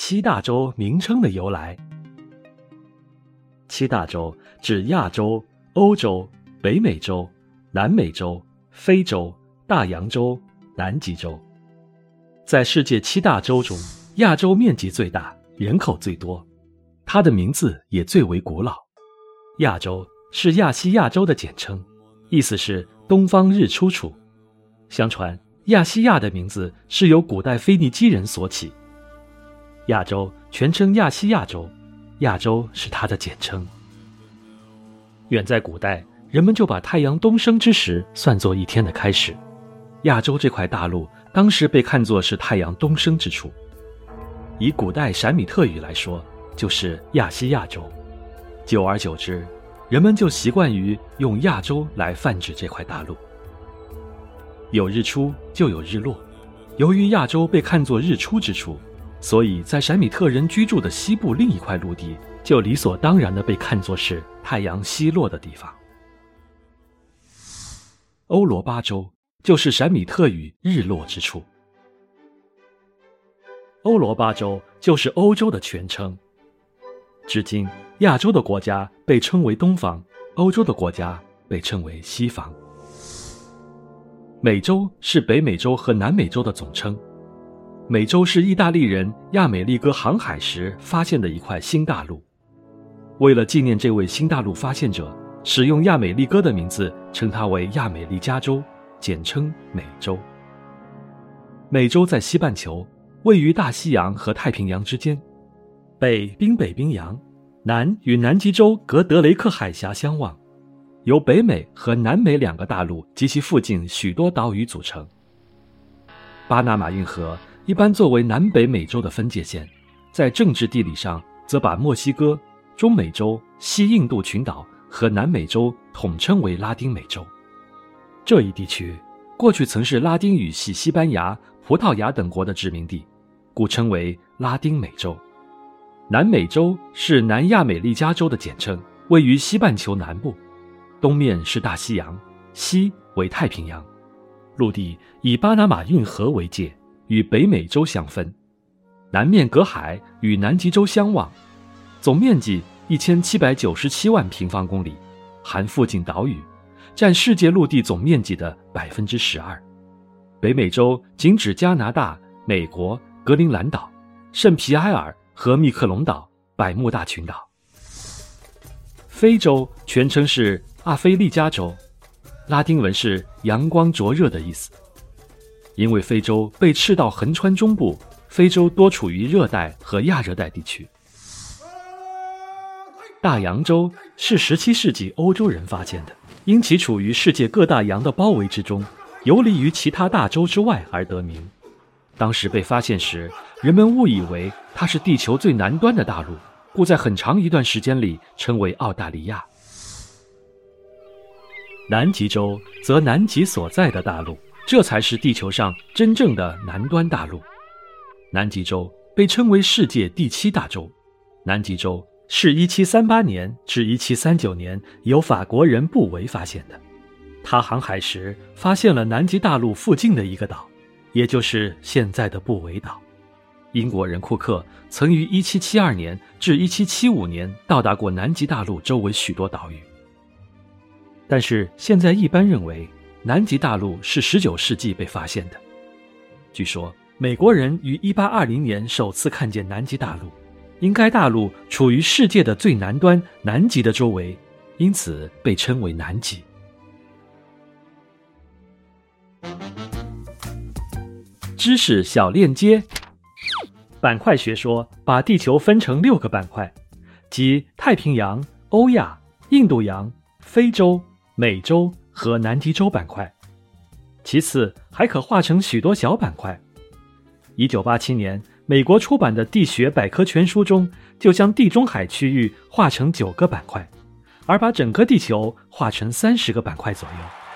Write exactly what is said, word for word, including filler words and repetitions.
七大洲名称的由来。七大洲指亚洲、欧洲、北美洲、南美洲、非洲、大洋洲、南极洲。在世界七大洲中，亚洲面积最大，人口最多，它的名字也最为古老。亚洲是亚细亚洲的简称，意思是东方日出处。相传亚细亚的名字是由古代腓尼基人所起。亚洲全称亚细亚洲，亚洲是它的简称。远在古代，人们就把太阳东升之时算作一天的开始。亚洲这块大陆当时被看作是太阳东升之处，以古代闪米特语来说，就是亚细亚洲。久而久之，人们就习惯于用亚洲来泛指这块大陆。有日出就有日落，由于亚洲被看作日出之处，所以在闪米特人居住的西部另一块陆地就理所当然地被看作是太阳西落的地方。欧罗巴洲就是闪米特语日落之处。欧罗巴洲就是欧洲的全称。至今，亚洲的国家被称为东方，欧洲的国家被称为西方。美洲是北美洲和南美洲的总称。美洲是意大利人亚美利哥航海时发现的一块新大陆。为了纪念这位新大陆发现者，使用亚美利哥的名字称它为亚美利加州，简称美洲。美洲在西半球，位于大西洋和太平洋之间，北濒北冰洋，南与南极洲隔德雷克海峡相望，由北美和南美两个大陆及其附近许多岛屿组成。巴拿马运河一般作为南北美洲的分界线，在政治地理上则把墨西哥、中美洲、西印度群岛和南美洲统称为拉丁美洲。这一地区过去曾是拉丁语系西班牙、葡萄牙等国的殖民地，故称为拉丁美洲。南美洲是南亚美利加州的简称，位于西半球南部，东面是大西洋，西为太平洋。陆地以巴拿马运河为界，与北美洲相分，南面隔海与南极洲相望，总面积一千七百九十七万平方公里，含附近岛屿，占世界陆地总面积的 百分之十二。 北美洲仅指加拿大、美国、格陵兰岛、圣皮埃尔和密克隆岛、百慕大群岛。非洲全称是阿非利加州，拉丁文是阳光灼热的意思。因为非洲被赤道横穿中部，非洲多处于热带和亚热带地区。大洋洲是十七世纪欧洲人发现的，因其处于世界各大洋的包围之中，游离于其他大洲之外而得名。当时被发现时，人们误以为它是地球最南端的大陆，故在很长一段时间里称为澳大利亚。南极洲则南极所在的大陆，这才是地球上真正的南端大陆。南极洲被称为世界第七大洲。南极洲是一七三八年至一七三九年由法国人布维发现的。他航海时发现了南极大陆附近的一个岛，也就是现在的布维岛。英国人库克曾于一七七二年至一七七五年到达过南极大陆周围许多岛屿。但是现在一般认为南极大陆是十九世纪被发现的。据说美国人于一八二零年首次看见南极大陆，因该大陆处于世界的最南端南极的周围，因此被称为南极。知识小链接。板块学说把地球分成六个板块，即太平洋、欧亚、印度洋、非洲、美洲和南极洲板块。其次还可划成许多小板块。一九八七年美国出版的地学百科全书中就将地中海区域划成九个板块，而把整个地球划成三十个板块左右。